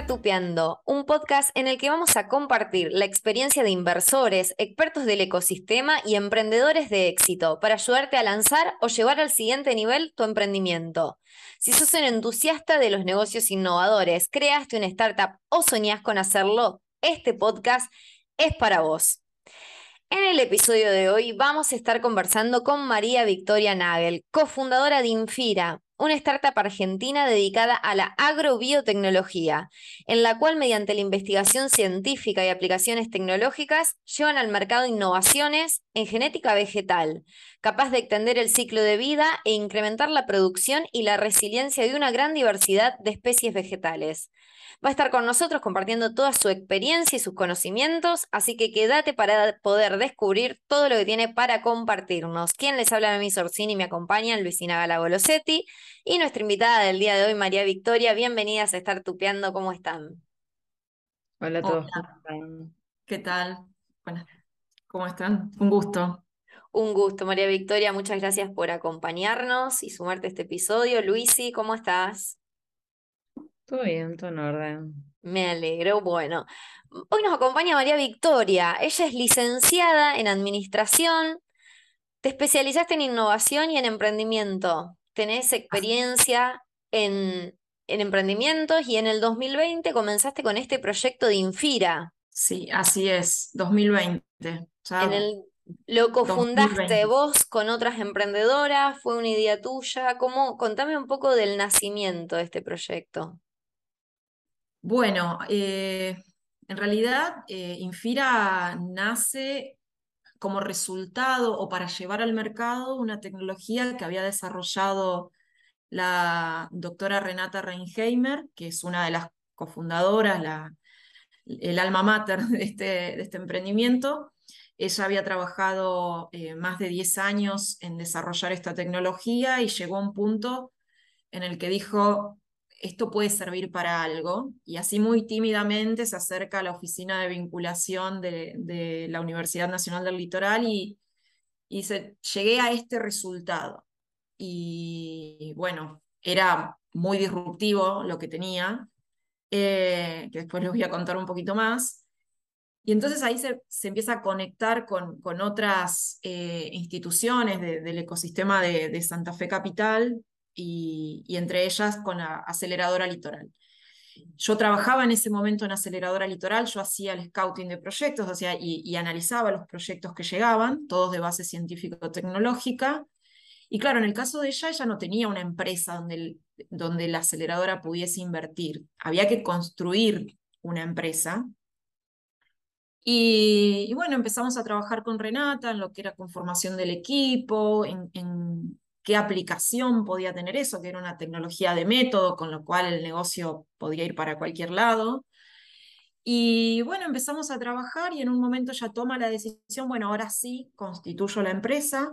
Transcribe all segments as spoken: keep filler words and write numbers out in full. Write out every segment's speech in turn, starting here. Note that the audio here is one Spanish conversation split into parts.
Tupeando, un podcast en el que vamos a compartir la experiencia de inversores, expertos del ecosistema y emprendedores de éxito para ayudarte a lanzar o llevar al siguiente nivel tu emprendimiento. Si sos un entusiasta de los negocios innovadores, creaste una startup o soñás con hacerlo, este podcast es para vos. En el episodio de hoy vamos a estar conversando con María Victoria Nagel, cofundadora de Infira, una startup argentina dedicada a la agrobiotecnología, en la cual mediante la investigación científica y aplicaciones tecnológicas llevan al mercado innovaciones en genética vegetal, capaz de extender el ciclo de vida e incrementar la producción y la resiliencia de una gran diversidad de especies vegetales. Va a estar con nosotros compartiendo toda su experiencia y sus conocimientos, así que quédate para poder descubrir todo lo que tiene para compartirnos. Quien les habla, Memi Sorsini, y me acompañan Luisina Galagolosetti y nuestra invitada del día de hoy, María Victoria. Bienvenidas a Estar Tupeando, ¿cómo están? Hola a todos, ¿cómo Hola, están? ¿qué tal? Bueno, ¿cómo están? Un gusto. Un gusto, María Victoria, muchas gracias por acompañarnos y sumarte a este episodio. Luisi, ¿cómo estás? Todo bien, todo en orden. Me alegro. Bueno, hoy nos acompaña María Victoria. Ella es licenciada en Administración. Te especializaste en innovación y en emprendimiento. Tenés experiencia en, en emprendimientos y en el dos mil veinte comenzaste con este proyecto de Infira. Sí, así es, dos mil veinte. En Ya el, lo cofundaste dos mil veinte. vos con otras emprendedoras, fue una idea tuya. ¿Cómo? Contame un poco del nacimiento de este proyecto. Bueno, eh, en realidad eh, Infira nace como resultado o para llevar al mercado una tecnología que había desarrollado la doctora Renata Reinheimer, que es una de las cofundadoras, la, el alma mater de este, de este emprendimiento. Ella había trabajado eh, más de diez años en desarrollar esta tecnología y llegó a un punto en el que dijo, esto puede servir para algo, y así muy tímidamente se acerca a la oficina de vinculación de, de la Universidad Nacional del Litoral y, y dice, llegué a este resultado. Y bueno, era muy disruptivo lo que tenía, eh, que después les voy a contar un poquito más. Y entonces ahí se, se empieza a conectar con, con otras eh, instituciones de- del ecosistema de, de Santa Fe Capital y, y entre ellas con la Aceleradora Litoral. Yo trabajaba en ese momento en Aceleradora Litoral, yo hacía el scouting de proyectos, o sea, y, y analizaba los proyectos que llegaban, todos de base científico-tecnológica. Y claro, en el caso de ella, ella no tenía una empresa donde, el- donde la aceleradora pudiese invertir. Había que construir una empresa. Y, y bueno, empezamos a trabajar con Renata en lo que era conformación del equipo, en, en qué aplicación podía tener eso, que era una tecnología de método, con lo cual el negocio podía ir para cualquier lado. Y bueno, empezamos a trabajar y en un momento ya toma la decisión, bueno, ahora sí, constituyo la empresa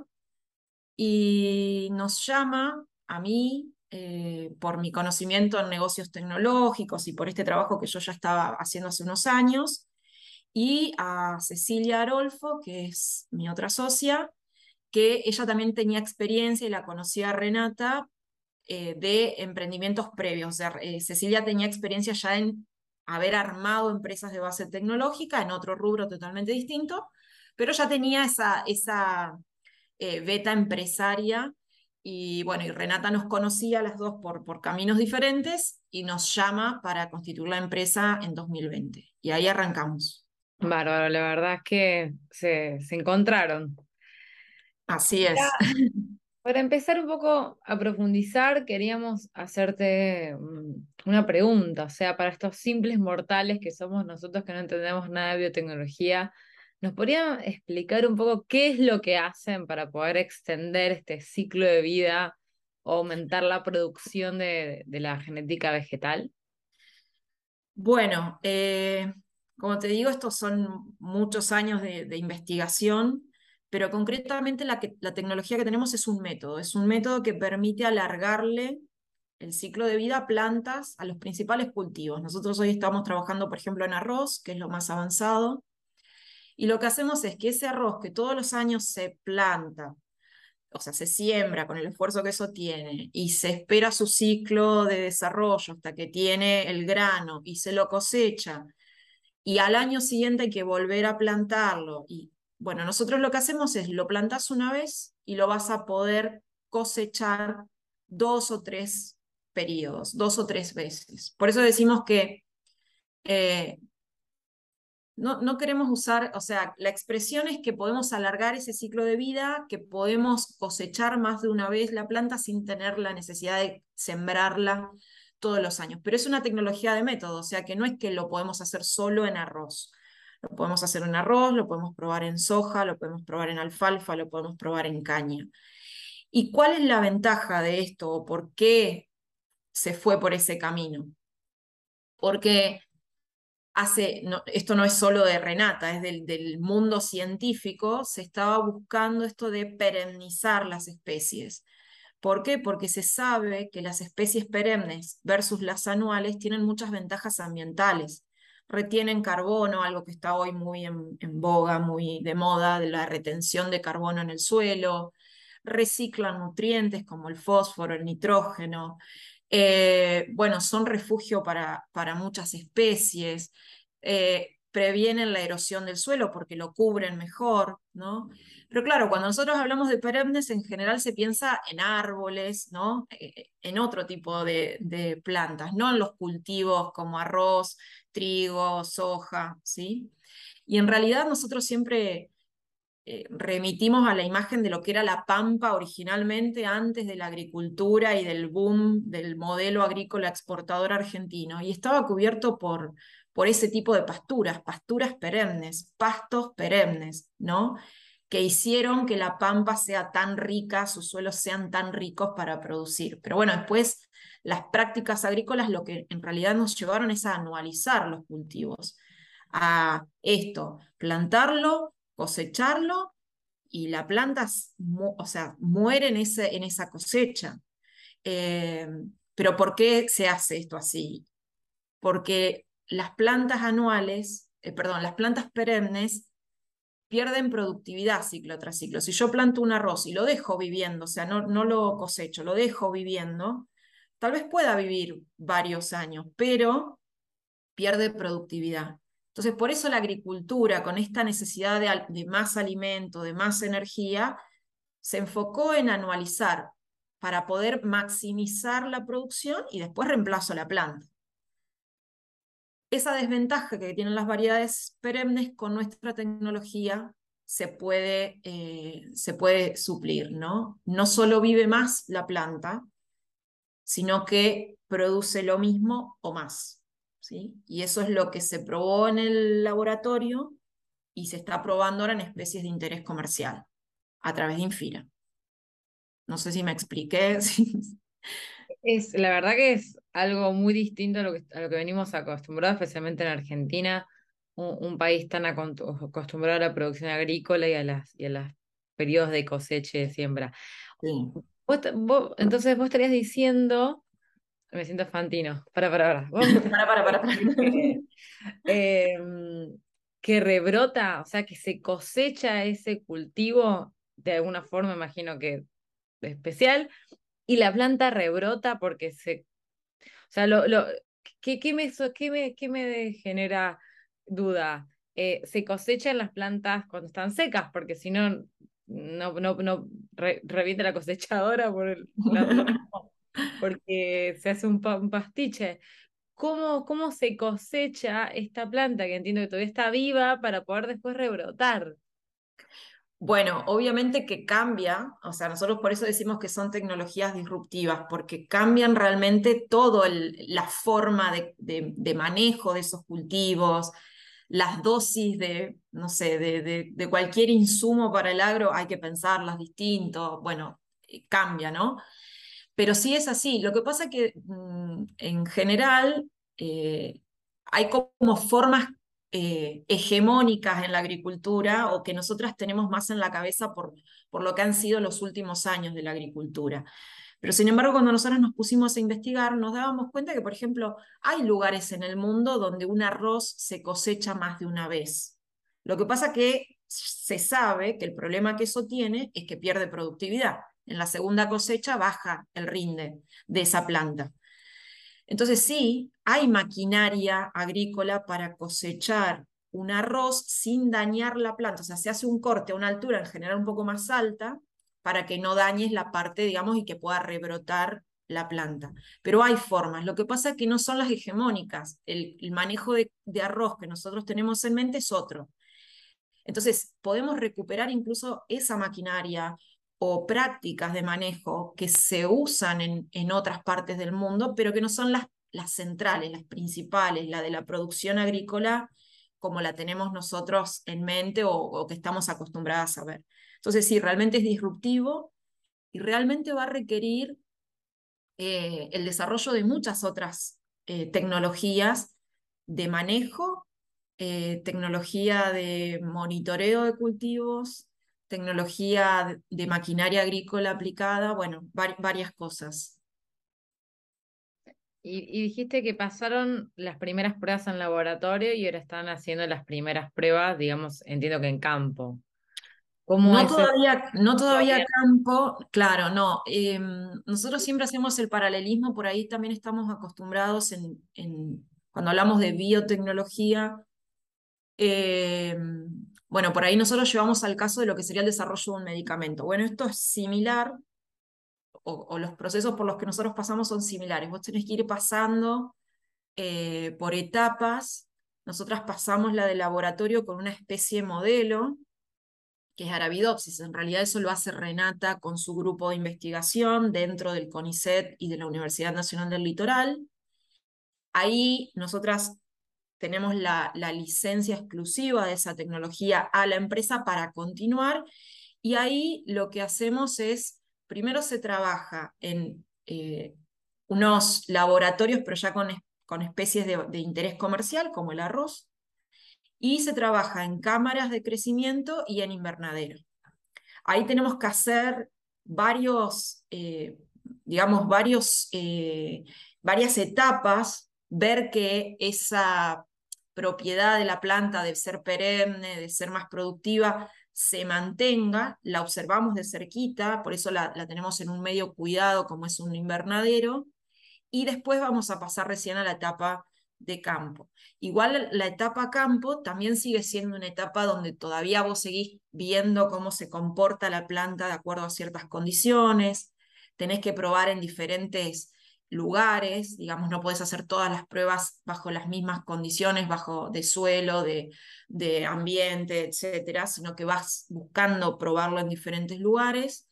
y nos llama a mí eh, por mi conocimiento en negocios tecnológicos y por este trabajo que yo ya estaba haciendo hace unos años, y a Cecilia Arolfo, que es mi otra socia, que ella también tenía experiencia y la conocía a Renata eh, de emprendimientos previos. O sea, eh, Cecilia tenía experiencia ya en haber armado empresas de base tecnológica en otro rubro totalmente distinto, pero ya tenía esa, esa eh, beta empresaria. Y bueno, y Renata nos conocía a las dos por, por caminos diferentes y nos llama para constituir la empresa en dos mil veinte. Y ahí arrancamos. Bárbaro, la verdad es que se, se encontraron. Así Ya, es. para empezar un poco a profundizar, queríamos hacerte mm, una pregunta, o sea, para estos simples mortales que somos nosotros que no entendemos nada de biotecnología, ¿nos podrían explicar un poco qué es lo que hacen para poder extender este ciclo de vida o aumentar la producción de, de la genética vegetal? Bueno, eh, como te digo, estos son muchos años de, de investigación, pero concretamente la, que- la tecnología que tenemos es un método, es un método que permite alargarle el ciclo de vida a plantas, a los principales cultivos. Nosotros hoy estamos trabajando, por ejemplo, en arroz, que es lo más avanzado, y lo que hacemos es que ese arroz que todos los años se planta, o sea, se siembra con el esfuerzo que eso tiene y se espera su ciclo de desarrollo hasta que tiene el grano y se lo cosecha y al año siguiente hay que volver a plantarlo. Y bueno, nosotros lo que hacemos es lo plantás una vez y lo vas a poder cosechar dos o tres periodos, dos o tres veces. Por eso decimos que eh, no, no queremos usar, o sea, la expresión es que podemos alargar ese ciclo de vida, que podemos cosechar más de una vez la planta sin tener la necesidad de sembrarla todos los años. Pero es una tecnología de método, o sea que no es que lo podemos hacer solo en arroz. Lo podemos hacer en arroz, lo podemos probar en soja, lo podemos probar en alfalfa, lo podemos probar en caña. ¿Y cuál es la ventaja de esto o por qué se fue por ese camino? Porque hace, no, esto no es solo de Renata, es del, del mundo científico, se estaba buscando esto de perennizar las especies. ¿Por qué? Porque se sabe que las especies perennes versus las anuales tienen muchas ventajas ambientales. Retienen carbono, algo que está hoy muy en, en boga, muy de moda, de la retención de carbono en el suelo. Reciclan nutrientes como el fósforo, el nitrógeno. Eh, bueno, son refugio para, para muchas especies. Eh, previenen la erosión del suelo porque lo cubren mejor, ¿no? Pero claro, cuando nosotros hablamos de perennes, en general se piensa en árboles, ¿no? Eh, en otro tipo de, de plantas, no en los cultivos como arroz, trigo, soja, ¿sí? Y en realidad nosotros siempre eh, remitimos a la imagen de lo que era la pampa originalmente antes de la agricultura y del boom del modelo agrícola exportador argentino, y estaba cubierto por, por ese tipo de pasturas, pasturas perennes, pastos perennes, ¿no? Que hicieron que la pampa sea tan rica, sus suelos sean tan ricos para producir. Pero bueno, después las prácticas agrícolas lo que en realidad nos llevaron es a anualizar los cultivos, a esto, plantarlo, cosecharlo, y la planta, o sea, muere en, ese, en esa cosecha. Eh, pero ¿por qué se hace esto así? Porque las plantas anuales, eh, perdón, las plantas perennes pierden productividad ciclo tras ciclo. Si yo planto un arroz y lo dejo viviendo, o sea, no, no lo cosecho, lo dejo viviendo, tal vez pueda vivir varios años, pero pierde productividad. Entonces, por eso la agricultura, con esta necesidad de, de más alimento, de más energía, se enfocó en anualizar para poder maximizar la producción y después reemplazo la planta. Esa desventaja que tienen las variedades perennes con nuestra tecnología se puede, eh, se puede suplir, ¿no? No solo vive más la planta, sino que produce lo mismo o más, ¿sí? Y eso es lo que se probó en el laboratorio y se está probando ahora en especies de interés comercial a través de Infira. No sé si me expliqué. Es, la verdad que es algo muy distinto a lo que, a lo que venimos acostumbrados, especialmente en Argentina, un, un país tan acon- acostumbrado a la producción agrícola y a las, y a los periodos de cosecha y de siembra. Sí. Vos, t- vos- entonces vos estarías diciendo, me siento fantino, para, para, para, vos me estás Para, para, para, para. diciendo que, em, que rebrota, o sea, que se cosecha ese cultivo de alguna forma, imagino que especial, y la planta rebrota porque se, o sea, lo, lo, ¿qué, qué me, so- qué me, qué me genera duda? Eh, se cosechan las plantas cuando están secas, porque si no, no, no, no re- revienta la cosechadora por el- la- lo mismo, porque se hace un, pa- un pastiche. ¿Cómo, cómo se cosecha esta planta que entiendo que todavía está viva para poder después rebrotar? Bueno, obviamente que cambia, o sea, nosotros por eso decimos que son tecnologías disruptivas, porque cambian realmente todo el- la forma de, de- de manejo de esos cultivos, las dosis de, no sé, de, de- de cualquier insumo para el agro, hay que pensarlas distinto, bueno, eh, cambia, ¿no? Pero sí es así. Lo que pasa es que mm, en general eh, hay como formas eh, hegemónicas en la agricultura o que nosotras tenemos más en la cabeza por, por lo que han sido los últimos años de la agricultura. Pero sin embargo, cuando nosotros nos pusimos a investigar, nos dábamos cuenta que, por ejemplo, hay lugares en el mundo donde un arroz se cosecha más de una vez. Lo que pasa que se sabe que el problema que eso tiene es que pierde productividad. En la segunda cosecha baja el rinde de esa planta. Entonces sí, hay maquinaria agrícola para cosechar un arroz sin dañar la planta. O sea, se hace un corte a una altura en general un poco más alta para que no dañes la parte, digamos, y que pueda rebrotar la planta. Pero hay formas. Lo que pasa es que no son las hegemónicas. El, el manejo de, de arroz que nosotros tenemos en mente es otro. Entonces, podemos recuperar incluso esa maquinaria o prácticas de manejo que se usan en, en otras partes del mundo, pero que no son las, las centrales, las principales, la de la producción agrícola como la tenemos nosotros en mente o, o que estamos acostumbradas a ver. Entonces, sí, realmente es disruptivo y realmente va a requerir eh, el desarrollo de muchas otras eh, tecnologías de manejo, eh, tecnología de monitoreo de cultivos, tecnología de, de maquinaria agrícola aplicada, bueno, var- varias cosas. Y, y dijiste que pasaron las primeras pruebas en laboratorio y ahora están haciendo las primeras pruebas, digamos, entiendo que en campo. ¿Cómo No es eso? todavía, no todavía Todavía campo, claro, no. Eh, nosotros siempre hacemos el paralelismo, por ahí también estamos acostumbrados en, en- cuando hablamos de biotecnología. Eh, bueno, por ahí nosotros llevamos al caso de lo que sería el desarrollo de un medicamento. Bueno, esto es similar, o, o los procesos por los que nosotros pasamos son similares. Vos tenés que ir pasando eh, por etapas. Nosotras pasamos la de laboratorio con una especie modelo, que es Arabidopsis. En realidad eso lo hace Renata con su grupo de investigación dentro del CONICET y de la Universidad Nacional del Litoral. Ahí nosotras tenemos la, la licencia exclusiva de esa tecnología a la empresa para continuar, y ahí lo que hacemos es, primero se trabaja en eh, unos laboratorios, pero ya con, con especies de, de interés comercial, como el arroz, y se trabaja en cámaras de crecimiento y en invernadero. Ahí tenemos que hacer varios, eh, digamos, varios, eh, varias etapas, ver que esa propiedad de la planta de ser perenne, de ser más productiva, se mantenga, la observamos de cerquita, por eso la, la tenemos en un medio cuidado como es un invernadero, y después vamos a pasar recién a la etapa de campo. Igual la etapa campo también sigue siendo una etapa donde todavía vos seguís viendo cómo se comporta la planta de acuerdo a ciertas condiciones, tenés que probar en diferentes lugares, digamos, no podés hacer todas las pruebas bajo las mismas condiciones, bajo de suelo, de, de ambiente, etcétera, sino que vas buscando probarlo en diferentes lugares.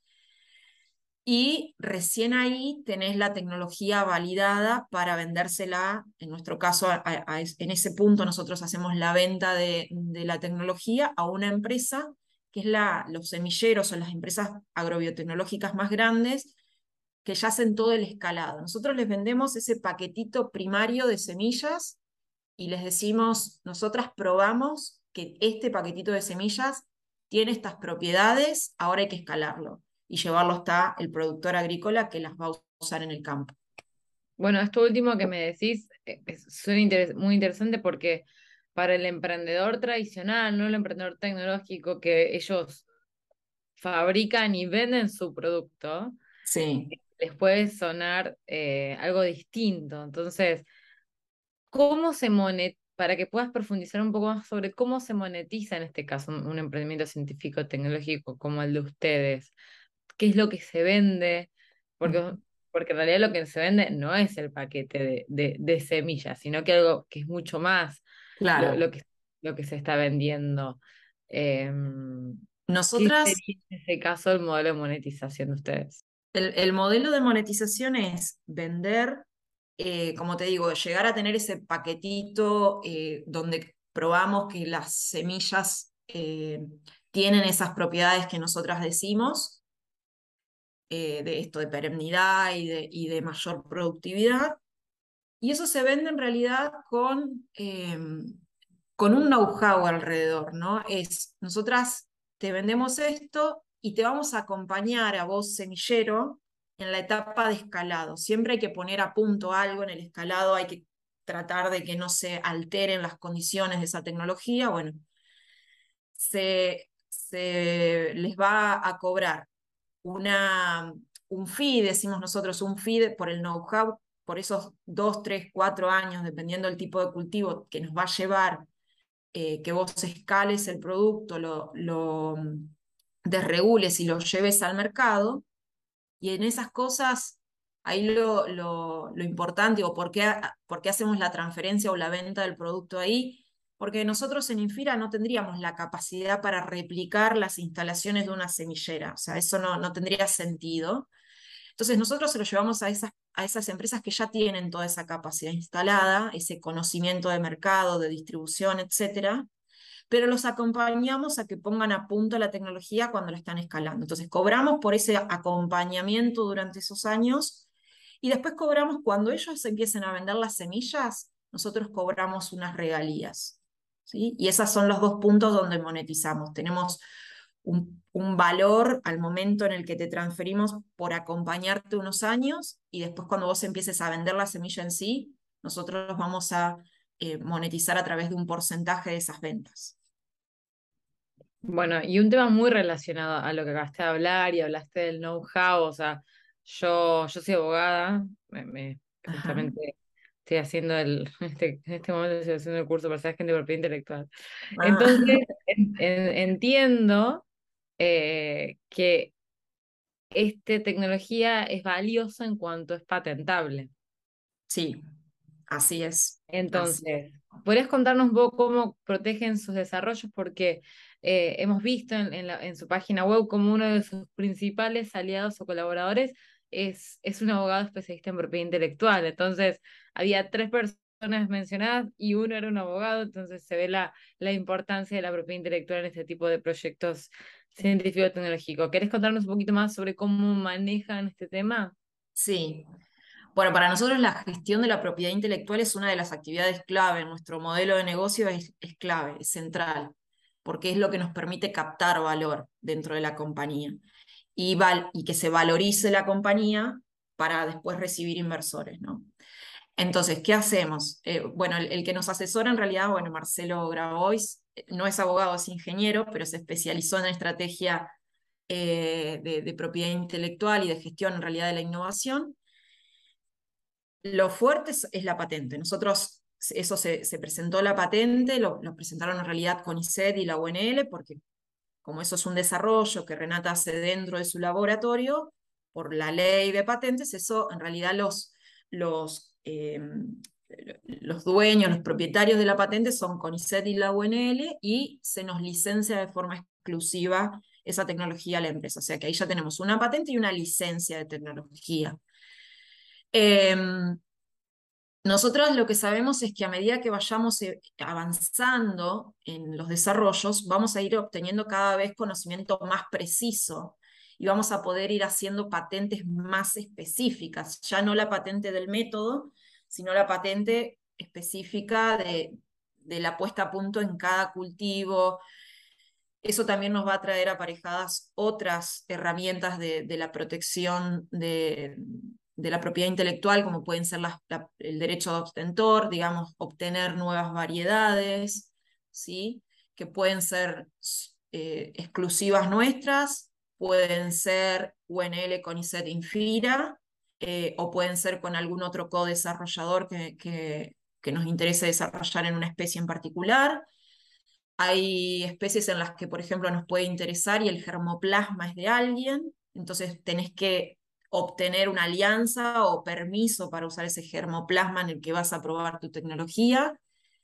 Y recién ahí tenés la tecnología validada para vendérsela, en nuestro caso, a- a- a en ese punto nosotros hacemos la venta de, de la tecnología a una empresa, que es la, los semilleros o las empresas agrobiotecnológicas más grandes, que ya hacen todo el escalado. Nosotros les vendemos ese paquetito primario de semillas y les decimos, nosotras probamos que este paquetito de semillas tiene estas propiedades, ahora hay que escalarlo y llevarlo hasta el productor agrícola que las va a usar en el campo. Bueno, esto último que me decís eh, es- suena interes- muy interesante porque para el emprendedor tradicional, no el emprendedor tecnológico, que ellos fabrican y venden su producto, Sí. les puede sonar eh, algo distinto. Entonces, ¿cómo se monetiza? Para que puedas profundizar un poco más sobre cómo se monetiza en este caso un, un emprendimiento científico tecnológico como el de ustedes. ¿Qué es lo que se vende? Porque, porque en realidad lo que se vende no es el paquete de, de, de semillas, sino que algo que es mucho más lo, Claro. lo que, lo que se está vendiendo. Em, ¿qué Nosotras, sería en ese caso el modelo de monetización de ustedes? el, el modelo de monetización es vender, eh, como te digo, llegar a tener ese paquetito eh, donde probamos que las semillas eh, tienen esas propiedades que nosotras decimos, eh, de esto de perennidad y de, y de mayor productividad. Y eso se vende en realidad con, eh, con un know-how alrededor, ¿no? Es, nosotras te vendemos esto y te vamos a acompañar a vos, semillero, en la etapa de escalado. Siempre hay que poner a punto algo en el escalado, hay que tratar de que no se alteren las condiciones de esa tecnología. Bueno, se, se les va a cobrar una, un fee, decimos nosotros, un fee por el know-how, por esos dos, tres, cuatro años, dependiendo del tipo de cultivo que nos va a llevar, eh, que vos escales el producto, lo, lo mm, desregules y lo lleves al mercado. Y en esas cosas, ahí lo, lo, lo importante, o por qué, por qué hacemos la transferencia o la venta del producto ahí, porque nosotros en Infira no tendríamos la capacidad para replicar las instalaciones de una semillera, o sea, eso no, no tendría sentido. Entonces nosotros se lo llevamos a esas, a esas empresas que ya tienen toda esa capacidad instalada, ese conocimiento de mercado, de distribución, etcétera, pero los acompañamos a que pongan a punto la tecnología cuando la están escalando. Entonces cobramos por ese acompañamiento durante esos años y después cobramos cuando ellos empiecen a vender las semillas, nosotros cobramos unas regalías. ¿Sí? Y esos son los dos puntos donde monetizamos. Tenemos un, un valor al momento en el que te transferimos por acompañarte unos años y después cuando vos empieces a vender la semilla en sí, nosotros vamos a eh, monetizar a través de un porcentaje de esas ventas. Bueno, y un tema muy relacionado a lo que acabaste de hablar y hablaste del know-how, o sea, yo, yo soy abogada, me, me- Ajá. justamente estoy haciendo el, este, en este momento estoy haciendo el curso para ser agente de propiedad intelectual. Ah, Entonces, en- en- entiendo eh, que esta tecnología es valiosa en cuanto es patentable. sí, así es. Así es. Entonces, ¿podrías contarnos un poco cómo protegen sus desarrollos? Porque eh, hemos visto en, en la- en su página web como uno de sus principales aliados o colaboradores es, es un abogado especialista en propiedad intelectual. Entonces, había tres personas mencionadas y uno era un abogado, entonces se ve la, la importancia de la propiedad intelectual en este tipo de proyectos científico-tecnológicos. ¿Querés contarnos un poquito más sobre cómo manejan este tema? Sí. Bueno, para nosotros la gestión de la propiedad intelectual es una de las actividades clave. Nuestro modelo de negocio es, es clave, es central, porque es lo que nos permite captar valor dentro de la compañía y, val- y que se valorice la compañía para después recibir inversores, ¿no? Entonces, ¿qué hacemos? Eh, bueno, el, el que nos asesora en realidad, bueno, Marcelo Grabois, eh, no es abogado, es ingeniero, pero se especializó en estrategia eh, de, de propiedad intelectual y de gestión en realidad de la innovación. Lo fuerte es, es la patente. Nosotros, eso se, se presentó la patente, lo, lo presentaron en realidad con CONICET y la U N L, porque como eso es un desarrollo que Renata hace dentro de su laboratorio, por la ley de patentes, eso en realidad los, los, eh, los dueños, los propietarios de la patente son CONICET y la U N L y se nos licencia de forma exclusiva esa tecnología a la empresa. O sea que ahí ya tenemos una patente y una licencia de tecnología. Eh, Nosotros lo que sabemos es que a medida que vayamos eh, avanzando en los desarrollos, vamos a ir obteniendo cada vez conocimiento más preciso y vamos a poder ir haciendo patentes más específicas, ya no la patente del método, sino la patente específica de, de la puesta a punto en cada cultivo. Eso también nos va a traer aparejadas otras herramientas de, de la protección de, de la propiedad intelectual, como pueden ser las- la- el derecho de obtentor, digamos, obtener nuevas variedades, ¿sí? Que pueden ser eh, exclusivas nuestras, pueden ser U N L, CONICET, Infira, eh, o pueden ser con algún otro co-desarrollador que, que, que nos interese desarrollar en una especie en particular. Hay especies en las que, por ejemplo, nos puede interesar y el germoplasma es de alguien, entonces tenés que obtener una alianza o permiso para usar ese germoplasma en el que vas a probar tu tecnología.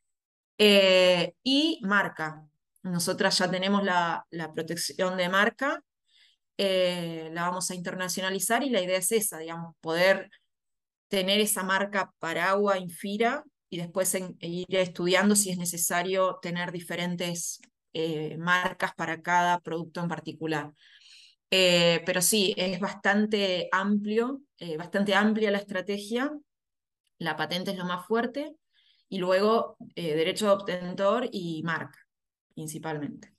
Eh, y marca. Nosotras ya tenemos la, la protección de marca, eh, la vamos a internacionalizar y la idea es esa, digamos, poder tener esa marca Paragua, Infira, y después en- e ir estudiando si es necesario tener diferentes eh, marcas para cada producto en particular. Eh, pero sí, es bastante amplio, eh, bastante amplia la estrategia, la patente es lo más fuerte, y luego eh, derecho de obtentor y marca, principalmente.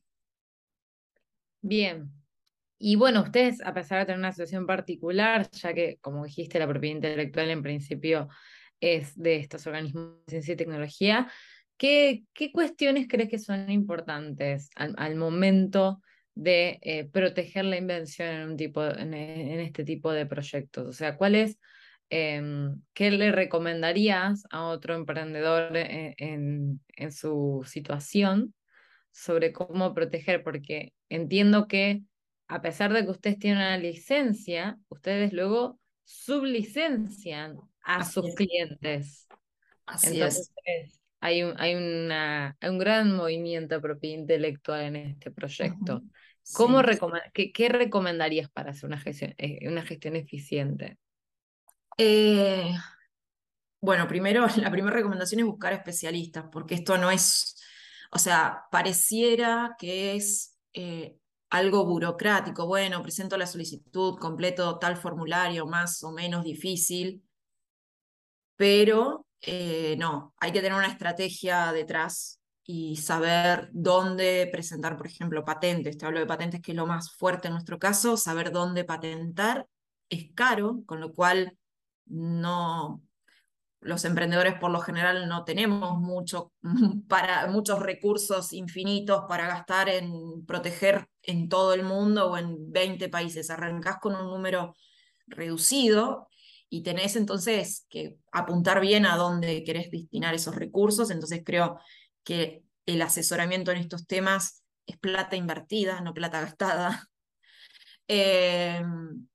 Bien. Y bueno, ustedes, a pesar de tener una situación particular, ya que, como dijiste, la propiedad intelectual en principio es de estos organismos de ciencia y tecnología, ¿qué, qué cuestiones crees que son importantes al, al momento de eh, proteger la invención en un tipo, en, en este tipo de proyectos? O sea, ¿cuál es, em, qué le recomendarías a otro emprendedor en, en, en su situación sobre cómo proteger? Porque entiendo que a pesar de que ustedes tienen una licencia, ustedes luego sublicencian a Así sus es, clientes. así Entonces, es. hay un, hay una, hay un gran movimiento de propiedad intelectual en este proyecto. Ujú. ¿Cómo Sí. recome- qué, qué recomendarías para hacer una gestión, eh, una gestión eficiente? Eh, bueno, primero, la primera recomendación es buscar especialistas, porque esto no es, o sea, pareciera que es eh, algo burocrático. Bueno, presento la solicitud, completo tal formulario más o menos difícil, pero eh, no, hay que tener una estrategia detrás y saber dónde presentar, por ejemplo, patentes. Te hablo de patentes, que es lo más fuerte en nuestro caso. Saber dónde patentar es caro, con lo cual no, los emprendedores por lo general no tenemos mucho para, muchos recursos infinitos para gastar en proteger en todo el mundo o en veinte países. Arrancás con un número reducido y tenés entonces que apuntar bien a dónde querés destinar esos recursos. Entonces creo que el asesoramiento en estos temas es plata invertida, no plata gastada. Eh,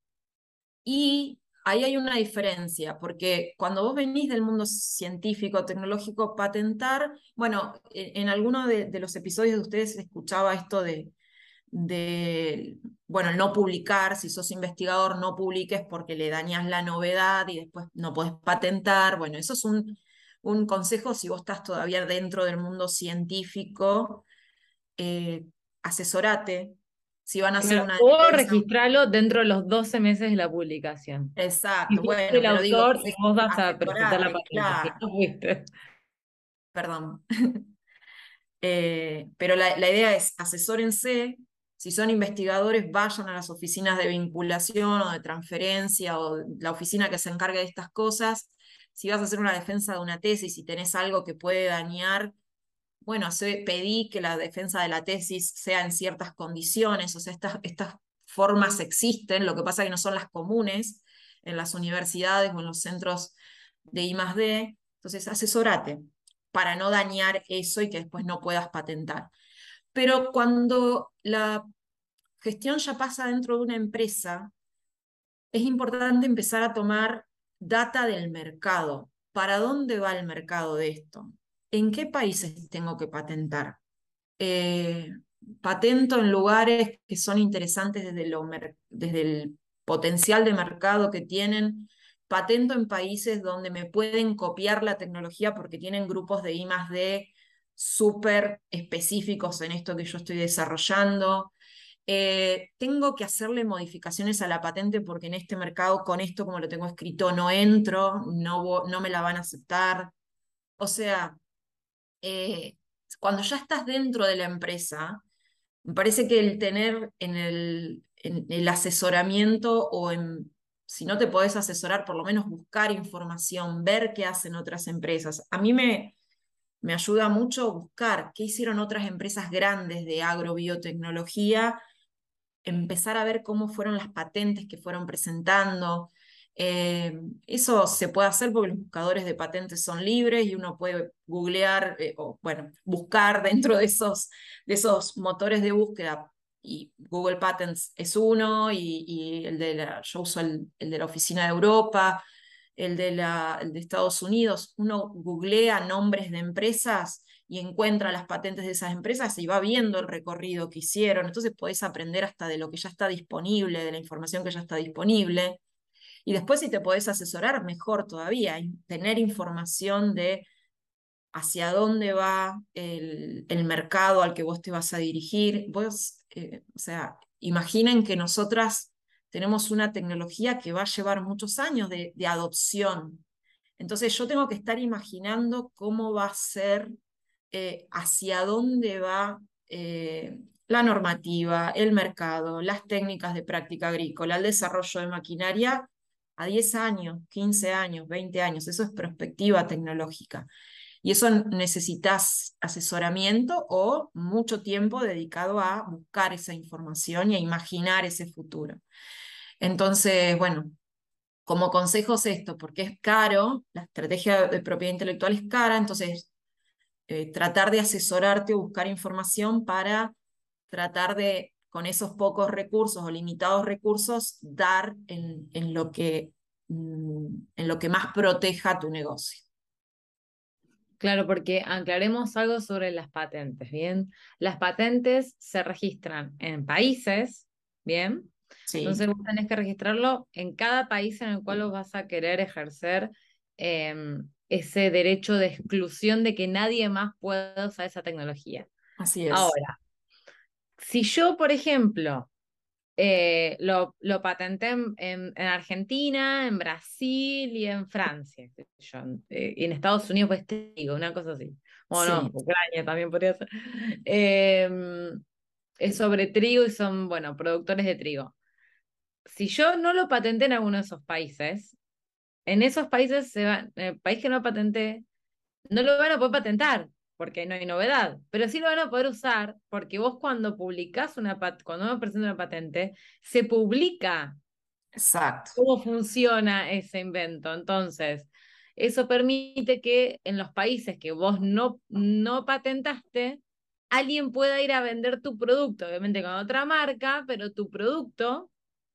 y ahí hay una diferencia, porque cuando vos venís del mundo científico, tecnológico, patentar, bueno, en, en alguno de, de los episodios de ustedes se escuchaba esto de, de, bueno, el no publicar. Si sos investigador, no publiques porque le dañas la novedad y después no podés patentar. Bueno, eso es un, un consejo si vos estás todavía dentro del mundo científico. eh, Asesorate. Si van a hacer Claro, una o defensa. registrarlo dentro de los doce meses de la publicación. Si Exacto, fuiste bueno, el pero digo, autor y ases- vos vas a presentar la asesorate, patente, si claro, no fuiste. perdón. Eh, pero la, la idea es asesórense. Si son investigadores, vayan a las oficinas de vinculación o de transferencia o la oficina que se encargue de estas cosas. Si vas a hacer una defensa de una tesis y tenés algo que puede dañar, bueno, hace- pedí que la defensa de la tesis sea en ciertas condiciones. O sea, estas, estas formas existen, lo que pasa es que no son las comunes en las universidades o en los centros de I más D. Entonces, asesorate para no dañar eso y que después no puedas patentar. Pero cuando la gestión ya pasa dentro de una empresa, es importante empezar a tomar data del mercado. ¿Para dónde va el mercado de esto? ¿En qué países tengo que patentar? Eh, Patento en lugares que son interesantes desde, lo desde el potencial de mercado que tienen. Patento en países donde me pueden copiar la tecnología porque tienen grupos de I más D súper específicos en esto que yo estoy desarrollando. Eh, tengo que hacerle modificaciones a la patente porque en este mercado, con esto como lo tengo escrito, no entro, no, no me la van a aceptar. O sea, eh, cuando ya estás dentro de la empresa, me parece que el tener en el, en el asesoramiento o en, si no te podés asesorar, por lo menos buscar información, ver qué hacen otras empresas. A mí me, me ayuda mucho buscar qué hicieron otras empresas grandes de agrobiotecnología, empezar a ver cómo fueron las patentes que fueron presentando. Eh, eso se puede hacer porque los buscadores de patentes son libres y uno puede googlear, eh, o bueno, buscar dentro de esos, de esos motores de búsqueda. Y Google Patents es uno, y, y el de la, yo uso el, el de la Oficina de Europa, el de, la, el de Estados Unidos. Uno googlea nombres de empresas y encuentra las patentes de esas empresas y va viendo el recorrido que hicieron. Entonces podés aprender hasta de lo que ya está disponible, de la información que ya está disponible. Y después, si te podés asesorar, mejor todavía, y tener información de hacia dónde va el, el mercado al que vos te vas a dirigir. Vos, eh, o sea, imaginen que nosotras tenemos una tecnología que va a llevar muchos años de, de adopción. Entonces yo tengo que estar imaginando cómo va a ser, eh, hacia dónde va eh, la normativa, el mercado, las técnicas de práctica agrícola, el desarrollo de maquinaria a diez años, quince años, veinte años. Eso es perspectiva tecnológica. Y eso necesitas asesoramiento o mucho tiempo dedicado a buscar esa información y a imaginar ese futuro. Entonces, bueno, como consejo es esto, porque es caro, la estrategia de propiedad intelectual es cara, entonces eh, tratar de asesorarte o buscar información para tratar de, con esos pocos recursos o limitados recursos, dar en, en lo que, mm, en lo que más proteja tu negocio. Claro, porque aclaremos algo sobre las patentes, ¿bien? Las patentes se registran en países, ¿bien? Sí, Entonces vos tenés que registrarlo en cada país en el cual vos vas a querer ejercer eh, ese derecho de exclusión de que nadie más pueda usar esa tecnología. así es. Ahora, si yo, por ejemplo, eh, lo, lo patenté en, en- en Argentina, en Brasil y en Francia, qué sé yo, eh, y en Estados Unidos, pues te digo, una cosa así. O no, Sí, Ucrania también podría ser. Eh, es sobre trigo y son, bueno, productores de trigo. Si yo no lo patenté en alguno de esos países, en esos países, se va, el país que no patenté, no lo van a poder patentar, porque no hay novedad, pero sí lo van a poder usar, porque vos cuando publicás una pat cuando uno presenta una patente, se publica exacto, cómo funciona ese invento. Entonces, eso permite que en los países que vos no, no patentaste, alguien pueda ir a vender tu producto, obviamente con otra marca, pero tu producto,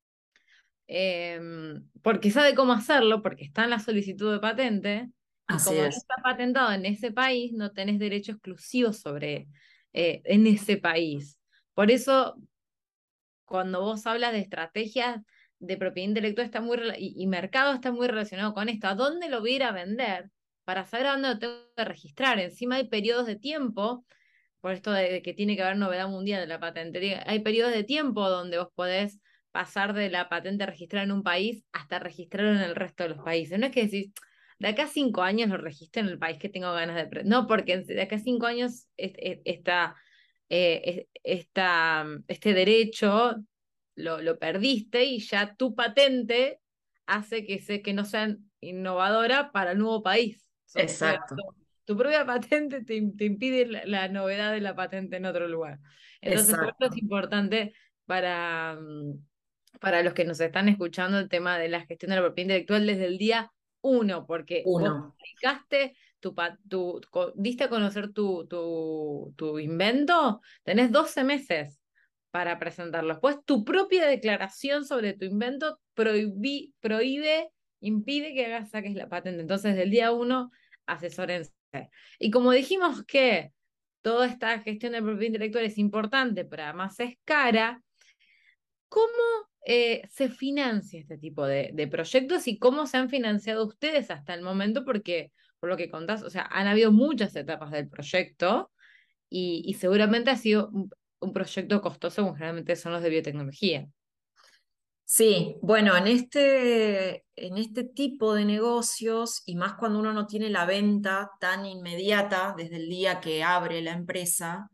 eh, porque sabe cómo hacerlo, porque está en la solicitud de patente, y así como no es. está patentado en ese país, no tenés derecho exclusivo sobre eh, en ese país. Por eso cuando vos hablas de estrategias de propiedad intelectual está muy rela- y, y mercado está muy relacionado con esto. ¿A dónde lo voy a ir a vender? Para saber a dónde lo tengo que registrar. Encima hay periodos de tiempo, por esto de, de que tiene que haber novedad mundial de la patente. Hay periodos de tiempo donde vos podés pasar de la patente registrada en un país hasta registrarlo en el resto de los países. No es que decís, de acá a cinco años lo registro en el país que tengo ganas de... pre-". No, porque de acá a cinco años es- es- está eh, esta, este derecho lo, lo perdiste y ya tu patente hace que, se, que no sea innovadora para el nuevo país. Sos- eh, Exacto, tu, tu propia patente te, te impide la, la novedad de la patente en otro lugar. Entonces, por eso es exacto. importante para, mm, para los que nos están escuchando el tema de la gestión de la propiedad intelectual desde el día uno, porque vos Uno, publicaste tu, pa- tu, co- diste a conocer tu, tu, tu invento, tenés doce meses para presentarlo. Después, tu propia declaración sobre tu invento prohibí- prohíbe, impide que hagas, saques la patente. Entonces, del día uno, asesórense. Y como dijimos que toda esta gestión de propiedad intelectual es importante, pero además es cara, ¿cómo eh, se financia este tipo de, de proyectos y cómo se han financiado ustedes hasta el momento? Porque, por lo que contás, o sea, han habido muchas etapas del proyecto y, y seguramente ha sido un, un proyecto costoso, como generalmente son los de biotecnología. sí, bueno, en este, en este tipo de negocios, y más cuando uno no tiene la venta tan inmediata desde el día que abre la empresa,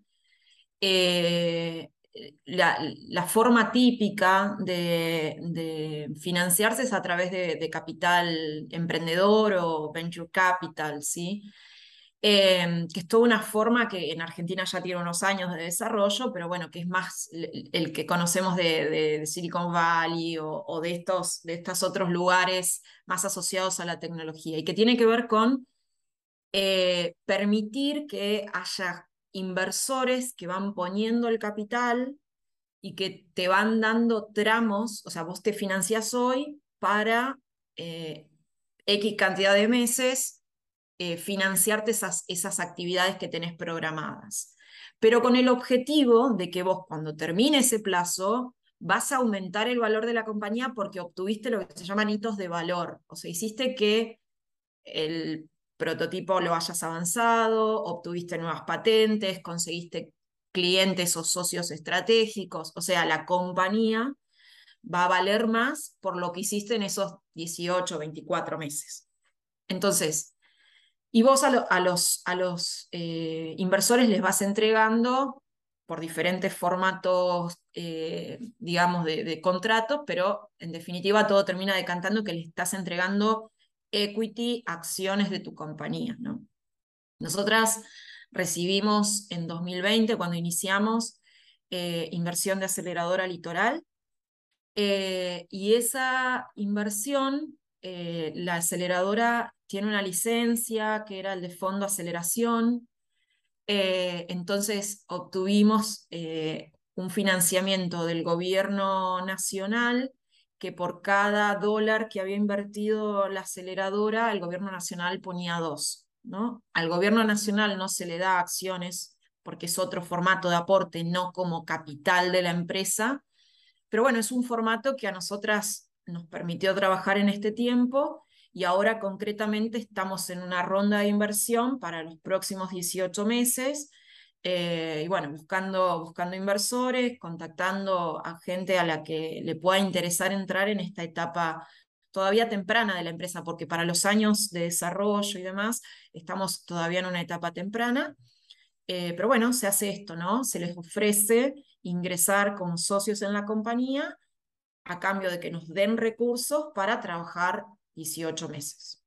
eh, la, la forma típica de, de financiarse es a través de, de capital emprendedor o venture capital, ¿sí? Eh, que es toda una forma que en Argentina ya tiene unos años de desarrollo, pero bueno, que es más el, el que conocemos de, de- de Silicon Valley o, o de estos, de estos otros lugares más asociados a la tecnología y que tiene que ver con eh, permitir que haya inversores que van poniendo el capital y que te van dando tramos, o sea, vos te financias hoy para eh, X cantidad de meses eh, financiarte esas, esas actividades que tenés programadas. Pero con el objetivo de que vos cuando termine ese plazo vas a aumentar el valor de la compañía porque obtuviste lo que se llaman hitos de valor. O sea, hiciste que el prototipo lo hayas avanzado, obtuviste nuevas patentes, conseguiste clientes o socios estratégicos, o sea, la compañía va a valer más por lo que hiciste en esos dieciocho, veinticuatro meses. Entonces, y vos a, lo- a los, a los eh, inversores les vas entregando por diferentes formatos, eh, digamos, de, de contratos, pero en definitiva todo termina decantando que le estás entregando equity, acciones de tu compañía, ¿no? Nosotras recibimos en dos mil veinte, cuando iniciamos, eh, inversión de aceleradora Litoral, eh, y esa inversión, eh, la aceleradora tiene una licencia que era el de Fondo Aceleración, eh, entonces obtuvimos eh, un financiamiento del gobierno nacional que por cada dólar que había invertido la aceleradora, el gobierno nacional ponía dos, ¿no? Al gobierno nacional no se le da acciones porque es otro formato de aporte, no como capital de la empresa, pero bueno, es un formato que a nosotras nos permitió trabajar en este tiempo y ahora concretamente estamos en una ronda de inversión para los próximos dieciocho meses. Eh, y bueno, buscando, buscando inversores, contactando a gente a la que le pueda interesar entrar en esta etapa todavía temprana de la empresa, porque para los años de desarrollo y demás estamos todavía en una etapa temprana. Eh, pero bueno, se hace esto, ¿no? Se les ofrece ingresar como socios en la compañía a cambio de que nos den recursos para trabajar dieciocho meses.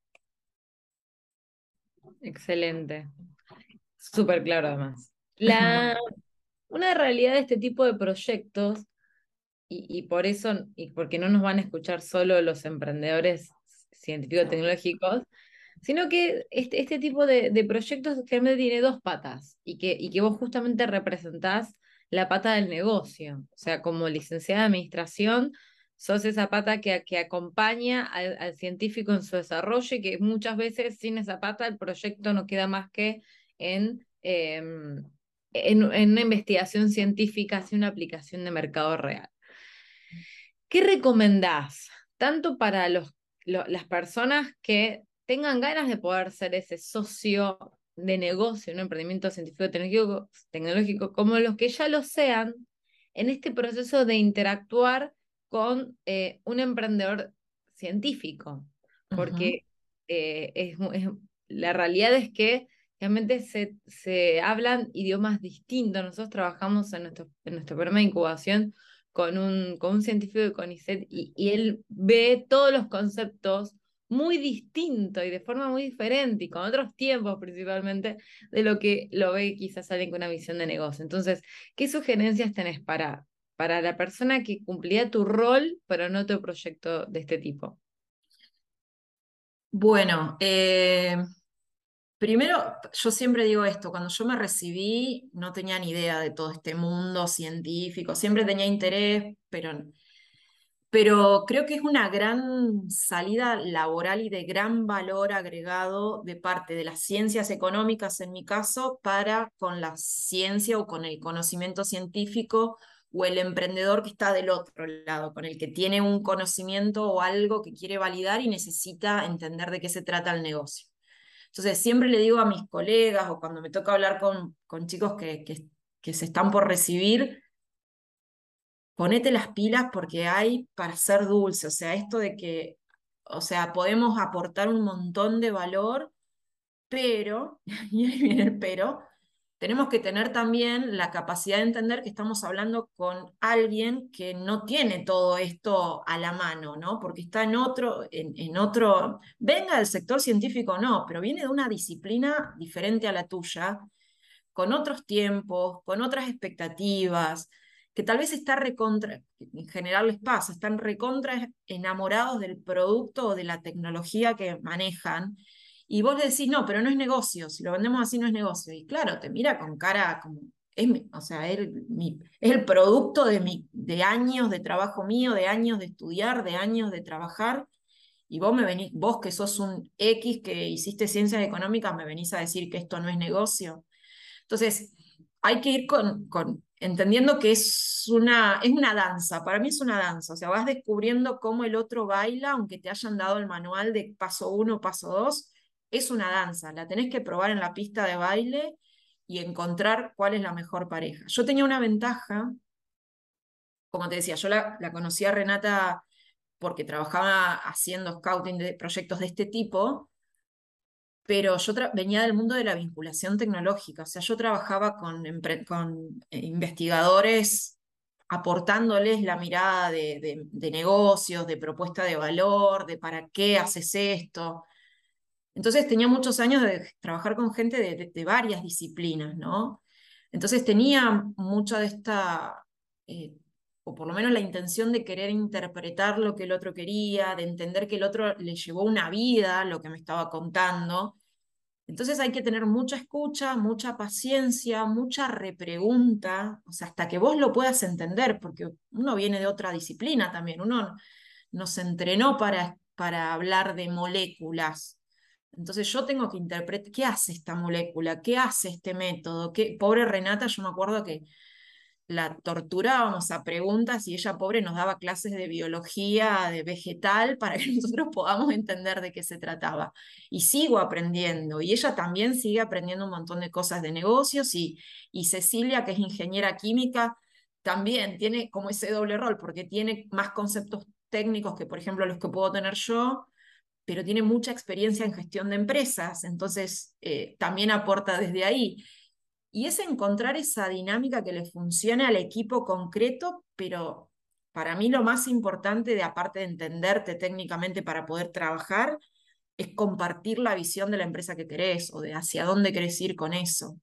Excelente. Súper claro además. La, una realidad de este tipo de proyectos, y, y por eso, y porque no nos van a escuchar solo los emprendedores científico-tecnológicos, sino que este, este tipo de, de proyectos generalmente tiene dos patas y que, y que vos justamente representás la pata del negocio. O sea, como licenciada de administración, sos esa pata que, que acompaña al, al científico en su desarrollo y que muchas veces sin esa pata el proyecto no queda más que en, eh, en, en una investigación científica, sin una aplicación de mercado real. ¿Qué recomendás? Tanto para los, lo- las personas que tengan ganas de poder ser ese socio de negocio, un emprendimiento científico tecnológico, tecnológico, como los que ya lo sean, en este proceso de interactuar con eh, un emprendedor científico. Ujú. Porque eh, es, mu- es- la realidad es que realmente se, se hablan idiomas distintos. Nosotros trabajamos en nuestro, en nuestro programa de incubación con un, con un científico de CONICET y, y él ve todos los conceptos muy distinto y de forma muy diferente y con otros tiempos principalmente de lo que lo ve quizás alguien con una visión de negocio. Entonces, ¿qué sugerencias tenés para, para la persona que cumplía tu rol, pero no tu proyecto de este tipo? Bueno, eh, primero, yo siempre digo esto, cuando yo me recibí no tenía ni idea de todo este mundo científico, siempre tenía interés, pero pero creo que es una gran salida laboral y de gran valor agregado de parte de las ciencias económicas, en mi caso, para con la ciencia o con el conocimiento científico o el emprendedor que está del otro lado, con el que tiene un conocimiento o algo que quiere validar y necesita entender de qué se trata el negocio. Entonces, siempre le digo a mis colegas o cuando me toca hablar con, con chicos que, que que se están por recibir, ponete las pilas porque hay para ser dulce, o sea, esto de que, o sea, podemos aportar un montón de valor, pero, y ahí viene el pero, tenemos que tener también la capacidad de entender que estamos hablando con alguien que no tiene todo esto a la mano, ¿no? Porque está en otro, en, en otro, venga del sector científico o no, pero viene de una disciplina diferente a la tuya, con otros tiempos, con otras expectativas, que tal vez está recontra, en general les pasa, están recontra enamorados del producto o de la tecnología que manejan, y vos le decís, no, pero no es negocio, si lo vendemos así no es negocio, y claro, te mira con cara como, es mi- o sea, es, mi- es el producto de, mi, de años de trabajo mío, de años de estudiar, de años de trabajar, y vos me venís, vos que sos un X que hiciste ciencias económicas, me venís a decir que esto no es negocio. Entonces, hay que ir con, con- entendiendo que es una, es una danza, para mí es una danza, o sea, vas descubriendo cómo el otro baila, aunque te hayan dado el manual de paso uno, paso dos, es una danza, la tenés que probar en la pista de baile y encontrar cuál es la mejor pareja. Yo tenía una ventaja, como te decía, yo la, la conocí a Renata porque trabajaba haciendo scouting de proyectos de este tipo, pero yo tra- venía del mundo de la vinculación tecnológica, o sea, yo trabajaba con, empre- con eh, investigadores aportándoles la mirada de, de- de negocios, de propuesta de valor, de para qué haces esto. Entonces tenía muchos años de trabajar con gente de, de- de varias disciplinas, ¿no? Entonces tenía mucha de esta, eh, o por lo menos la intención de querer interpretar lo que el otro quería, de entender que el otro le llevó una vida, lo que me estaba contando. Entonces hay que tener mucha escucha, mucha paciencia, mucha repregunta, o sea, hasta que vos lo puedas entender, porque uno viene de otra disciplina también, uno no se entrenó para, para hablar de moléculas. Entonces yo tengo que interpretar, ¿qué hace esta molécula? ¿Qué hace este método? ¿Qué? Pobre Renata, yo me acuerdo que la torturábamos a preguntas y ella, pobre, nos daba clases de biología, de vegetal, para que nosotros podamos entender de qué se trataba. Y sigo aprendiendo, y ella también sigue aprendiendo un montón de cosas de negocios, y, y Cecilia, que es ingeniera química, también tiene como ese doble rol, porque tiene más conceptos técnicos que, por ejemplo, los que puedo tener yo, pero tiene mucha experiencia en gestión de empresas, entonces eh, también aporta desde ahí. Y es encontrar esa dinámica que le funcione al equipo concreto, pero para mí lo más importante, de aparte de entenderte técnicamente para poder trabajar, es compartir la visión de la empresa que querés o de hacia dónde querés ir con eso.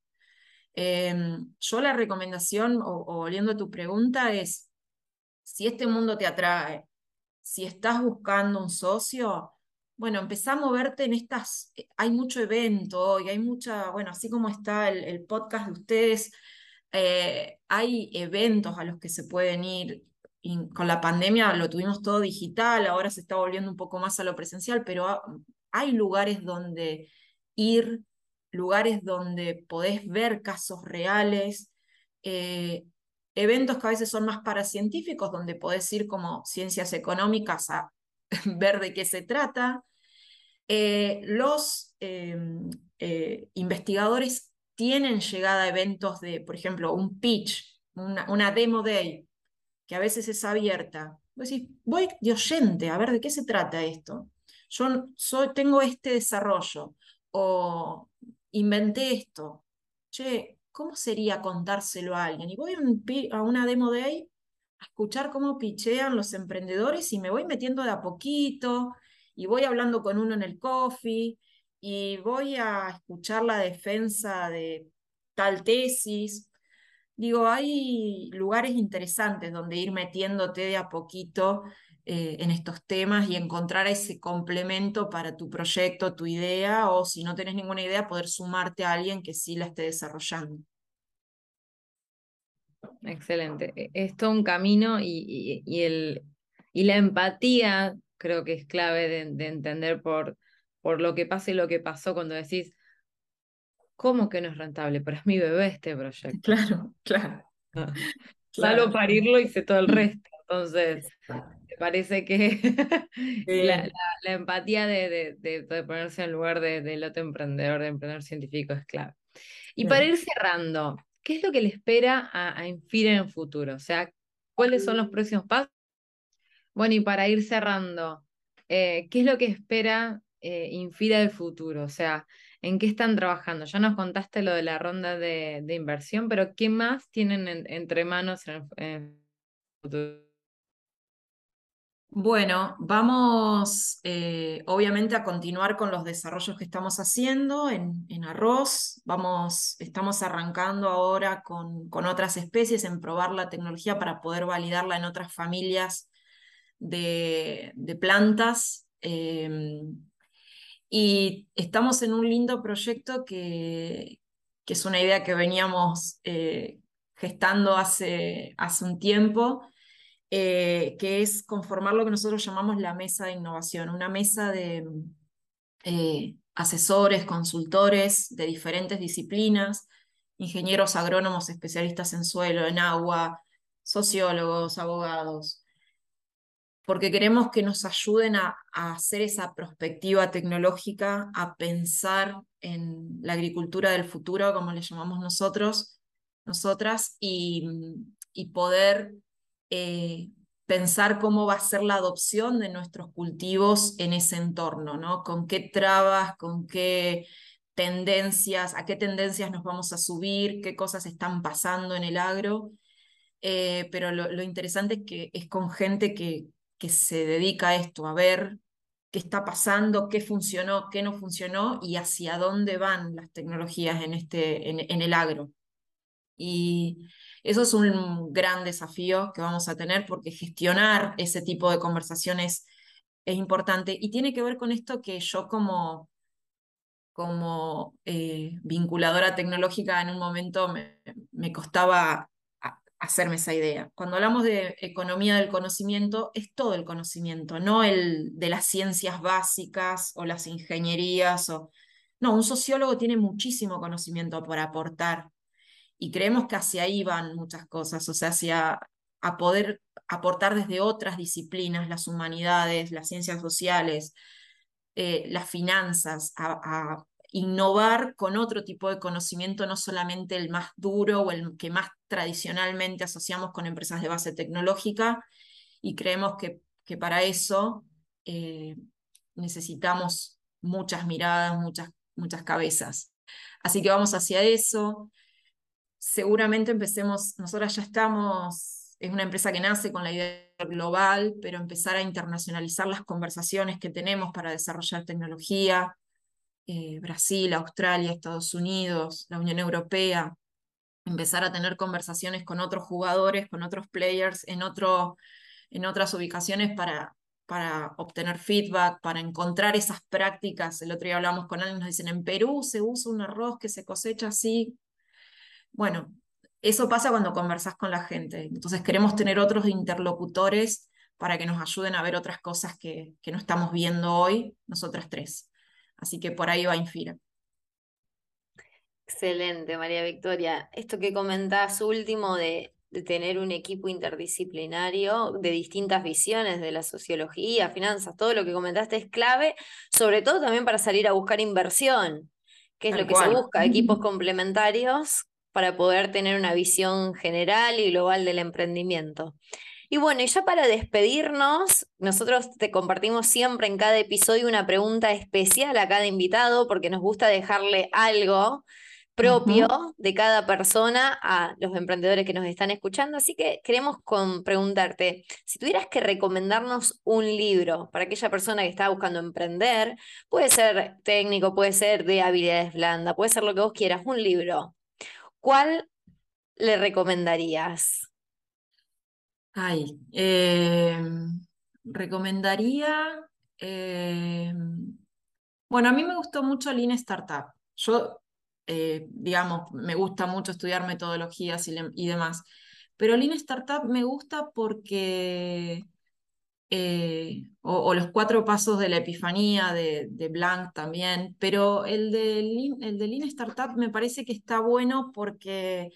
Eh, yo la recomendación, o, o volviendo a tu pregunta, es, si este mundo te atrae, si estás buscando un socio, bueno, empezá a moverte en estas, eh, hay mucho evento y hay mucha, bueno, así como está el, el podcast de ustedes, eh, hay eventos a los que se pueden ir. Y con la pandemia lo tuvimos todo digital, ahora se está volviendo un poco más a lo presencial, pero ha- hay lugares donde ir, lugares donde podés ver casos reales. eh, Eventos que a veces son más paracientíficos, donde podés ir como ciencias económicas a ver de qué se trata. Eh, los eh, eh, investigadores tienen llegada a eventos de, por ejemplo, un pitch, una, una demo day, que a veces es abierta. Vos decís, voy de oyente, a ver de qué se trata esto. Yo soy, tengo este desarrollo, o inventé esto. Che, ¿cómo sería contárselo a alguien? Y voy a, un pi- a una demo day a escuchar cómo pichean los emprendedores, y me voy metiendo de a poquito, y voy hablando con uno en el coffee, y voy a escuchar la defensa de tal tesis. Digo, hay lugares interesantes donde ir metiéndote de a poquito eh, en estos temas y encontrar ese complemento para tu proyecto, tu idea, o si no tenés ninguna idea, poder sumarte a alguien que sí la esté desarrollando. Excelente. E- Es todo un camino y, y- y el, y la empatía creo que es clave de, de entender por, por lo que pasa y lo que pasó cuando decís, ¿cómo que no es rentable? Pero es mi bebé este proyecto. Claro, claro, Salvo claro. parirlo y sé todo el resto. Entonces, me parece que la, la- Sí, la empatía de, de- de- de ponerse en lugar de- del otro emprendedor, de emprendedor científico es clave. Y para sí. ir cerrando, ¿qué es lo que le espera a, a Infira en el futuro? O sea, ¿cuáles son los próximos pasos? Bueno, y para ir cerrando, eh, ¿qué es lo que espera eh, Infira del futuro? O sea, ¿en qué están trabajando? Ya nos contaste lo de la ronda de, de inversión, pero ¿qué más tienen en- entre manos en el, en el futuro? Bueno, vamos eh, obviamente a continuar con los desarrollos que estamos haciendo en, en arroz. Vamos, estamos arrancando ahora con, con otras especies en probar la tecnología para poder validarla en otras familias de, de plantas. Eh, y estamos en un lindo proyecto que, que es una idea que veníamos eh, gestando hace, hace un tiempo, eh, que es conformar lo que nosotros llamamos la mesa de innovación, una mesa de eh, asesores, consultores de diferentes disciplinas, ingenieros agrónomos especialistas en suelo, en agua, sociólogos, abogados, porque queremos que nos ayuden a, a hacer esa prospectiva tecnológica, a pensar en la agricultura del futuro, como le llamamos nosotros, nosotras, y, y poder eh, pensar cómo va a ser la adopción de nuestros cultivos en ese entorno, ¿no? Con qué trabas, con qué tendencias, a qué tendencias nos vamos a subir, qué cosas están pasando en el agro. Eh, pero lo, lo interesante es que es con gente que, que se dedica a esto, a ver qué está pasando, qué funcionó, qué no funcionó y hacia dónde van las tecnologías en, este, en, en el agro. Y eso es un gran desafío que vamos a tener porque gestionar ese tipo de conversaciones es importante y tiene que ver con esto que yo como, como eh, vinculadora tecnológica en un momento me, me costaba a- hacerme esa idea. Cuando hablamos de economía del conocimiento, es todo el conocimiento, no el de las ciencias básicas o las ingenierías. O... No, un sociólogo tiene muchísimo conocimiento por aportar y creemos que hacia ahí van muchas cosas, o sea, hacia a poder aportar desde otras disciplinas, las humanidades, las ciencias sociales, eh, las finanzas, a, a innovar con otro tipo de conocimiento, no solamente el más duro o el que más tradicionalmente asociamos con empresas de base tecnológica, y creemos que, que para eso eh, necesitamos muchas miradas, muchas, muchas cabezas. Así que vamos hacia eso. Seguramente empecemos, nosotras ya estamos, es una empresa que nace con la idea global, pero empezar a internacionalizar las conversaciones que tenemos para desarrollar tecnología, eh, Brasil, Australia, Estados Unidos, la Unión Europea, empezar a tener conversaciones con otros jugadores, con otros players en, otro, en otras ubicaciones para, para obtener feedback, para encontrar esas prácticas. El otro día hablamos con alguien, nos dicen, en Perú se usa un arroz que se cosecha así. Bueno, eso pasa cuando conversás con la gente. Entonces queremos tener otros interlocutores para que nos ayuden a ver otras cosas que, que no estamos viendo hoy, nosotras tres. Así que por ahí va Infira. Excelente, María Victoria. Esto que comentás último de, de tener un equipo interdisciplinario de distintas visiones de la sociología, finanzas, todo lo que comentaste es clave, sobre todo también para salir a buscar inversión, que es lo Tal que se cual. busca, equipos complementarios para poder tener una visión general y global del emprendimiento. Y bueno, y ya para despedirnos, nosotros te compartimos siempre en cada episodio una pregunta especial a cada invitado porque nos gusta dejarle algo propio Ujú. de cada persona a los emprendedores que nos están escuchando. Así que queremos con- preguntarte, si tuvieras que recomendarnos un libro para aquella persona que está buscando emprender, puede ser técnico, puede ser de habilidades blandas, puede ser lo que vos quieras, un libro, ¿cuál le recomendarías? Ay, eh, recomendaría. eh, bueno, a mí me gustó mucho Lean Startup. Yo, eh, digamos, me gusta mucho estudiar metodologías y, le- y demás. Pero Lean Startup me gusta porque eh, o, o los cuatro pasos de la epifanía de, de Blanc también, pero el de Lean, el de Lean Startup me parece que está bueno porque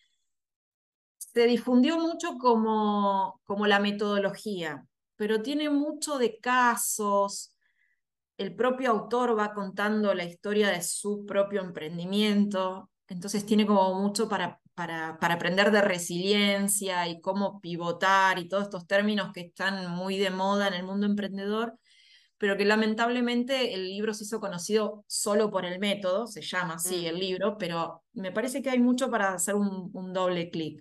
se difundió mucho como, como la metodología, pero tiene mucho de casos. El propio autor va contando la historia de su propio emprendimiento, entonces tiene como mucho para, para, para aprender de resiliencia y cómo pivotar y todos estos términos que están muy de moda en el mundo emprendedor, pero que lamentablemente el libro se hizo conocido solo por el método, se llama así el Mm. libro, pero me parece que hay mucho para hacer un, un doble clic.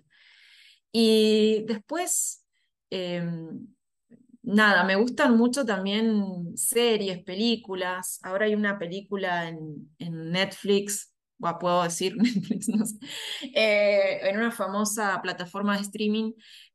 Y después, em, nada, me gustan mucho también series, películas. Ahora hay una película en, en Netflix, bueno, puedo decir Netflix, no sé, eh, en una famosa plataforma de streaming,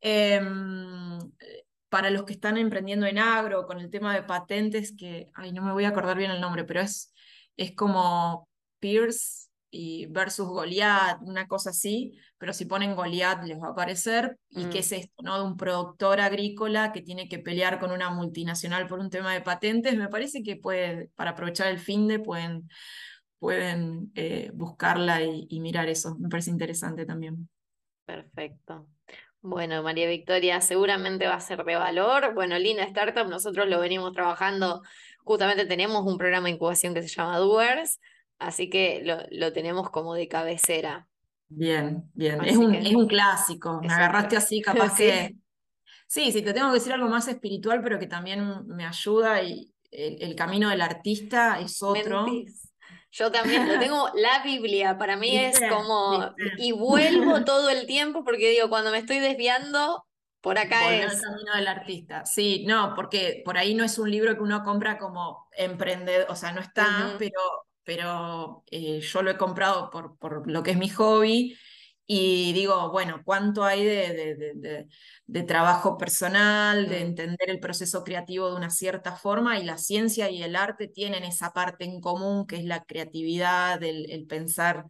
em, para los que están emprendiendo en agro, con el tema de patentes, que, ay, no me voy a acordar bien el nombre, pero es, es como Pierce y versus Goliat, una cosa así, pero si ponen Goliat les va a aparecer. ¿Y qué Mm. es esto, no? De un productor agrícola que tiene que pelear con una multinacional por un tema de patentes. Me parece que puede, para aprovechar el finde, pueden, pueden eh, buscarla y, y mirar eso. Me parece interesante también. Perfecto. Bueno, María Victoria, seguramente va a ser de valor. Bueno, Lina Startup, nosotros lo venimos trabajando, justamente tenemos un programa de incubación que se llama Doers, así que lo, lo tenemos como de cabecera. Bien, bien. Es Así un, que es un clásico. Me es un agarraste crack. así, capaz que. Sí, Sí, sí, te tengo que decir algo más espiritual, pero que también me ayuda y el, el camino del artista es otro. mentís. Yo también lo tengo, la Biblia, para mí es ¿Viste? como, ¿Viste? y vuelvo todo el tiempo porque digo, cuando me estoy desviando, Por acá Volver al es. camino del artista. Sí, no, porque por ahí no es un libro que uno compra como emprendedor, o sea, no está, Ujú, pero, pero eh, yo lo he comprado por, por lo que es mi hobby y digo, bueno, ¿cuánto hay de, de, de- de- de trabajo personal, de mm. entender el proceso creativo de una cierta forma? Y la ciencia y el arte tienen esa parte en común, que es la creatividad, el, el pensar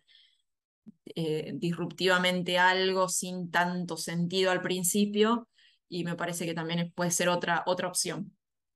eh, disruptivamente algo sin tanto sentido al principio, y me parece que también es- puede ser otra, otra opción.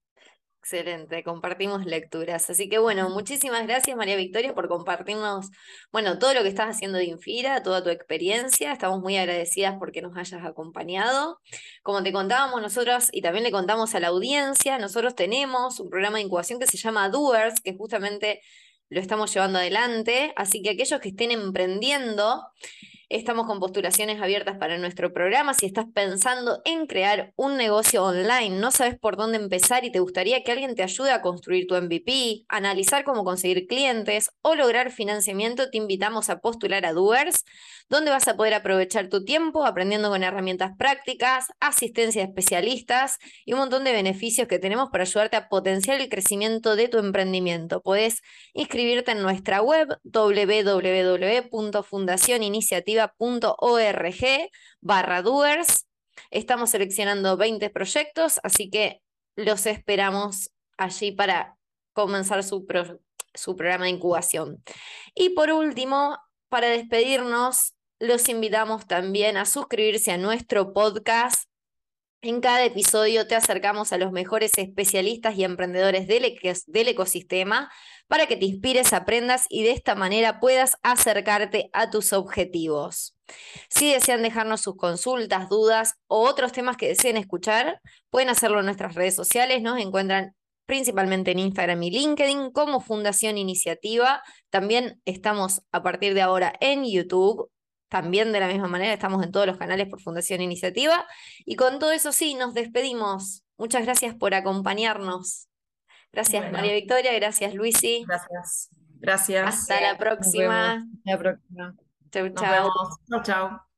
Excelente, compartimos lecturas. Así que bueno, muchísimas gracias María Victoria por compartirnos, bueno, todo lo que estás haciendo de Infira, toda tu experiencia. Estamos muy agradecidas porque nos hayas acompañado. Como te contábamos nosotros y también le contamos a la audiencia, nosotros tenemos un programa de incubación que se llama Doers, que justamente lo estamos llevando adelante. Así que aquellos que estén emprendiendo, estamos con postulaciones abiertas para nuestro programa. Si estás pensando en crear un negocio online, no sabes por dónde empezar y te gustaría que alguien te ayude a construir tu M V P, analizar cómo conseguir clientes o lograr financiamiento, te invitamos a postular a Doers, donde vas a poder aprovechar tu tiempo aprendiendo con herramientas prácticas, asistencia de especialistas y un montón de beneficios que tenemos para ayudarte a potenciar el crecimiento de tu emprendimiento. Podés inscribirte en nuestra web w w w punto fundación iniciativa punto org barra doers. Estamos seleccionando veinte proyectos, así que los esperamos allí para comenzar su, pro- su programa de incubación. Y por último, para despedirnos, los invitamos también a suscribirse a nuestro podcast. En cada episodio te acercamos a los mejores especialistas y emprendedores del, ecos- del ecosistema para que te inspires, aprendas y de esta manera puedas acercarte a tus objetivos. Si desean dejarnos sus consultas, dudas o otros temas que deseen escuchar, pueden hacerlo en nuestras redes sociales. Nos encuentran principalmente en Instagram y LinkedIn como Fundación Iniciativa. También estamos a partir de ahora en YouTube. También de la misma manera estamos en todos los canales por Fundación Iniciativa. Y con todo eso sí, nos despedimos. Muchas gracias por acompañarnos. Gracias María Bueno, Victoria, gracias Luisi. gracias. Gracias. Hasta la Nos vemos. próxima. Hasta la próxima. Chau, Nos chau. vemos. Chau, chau.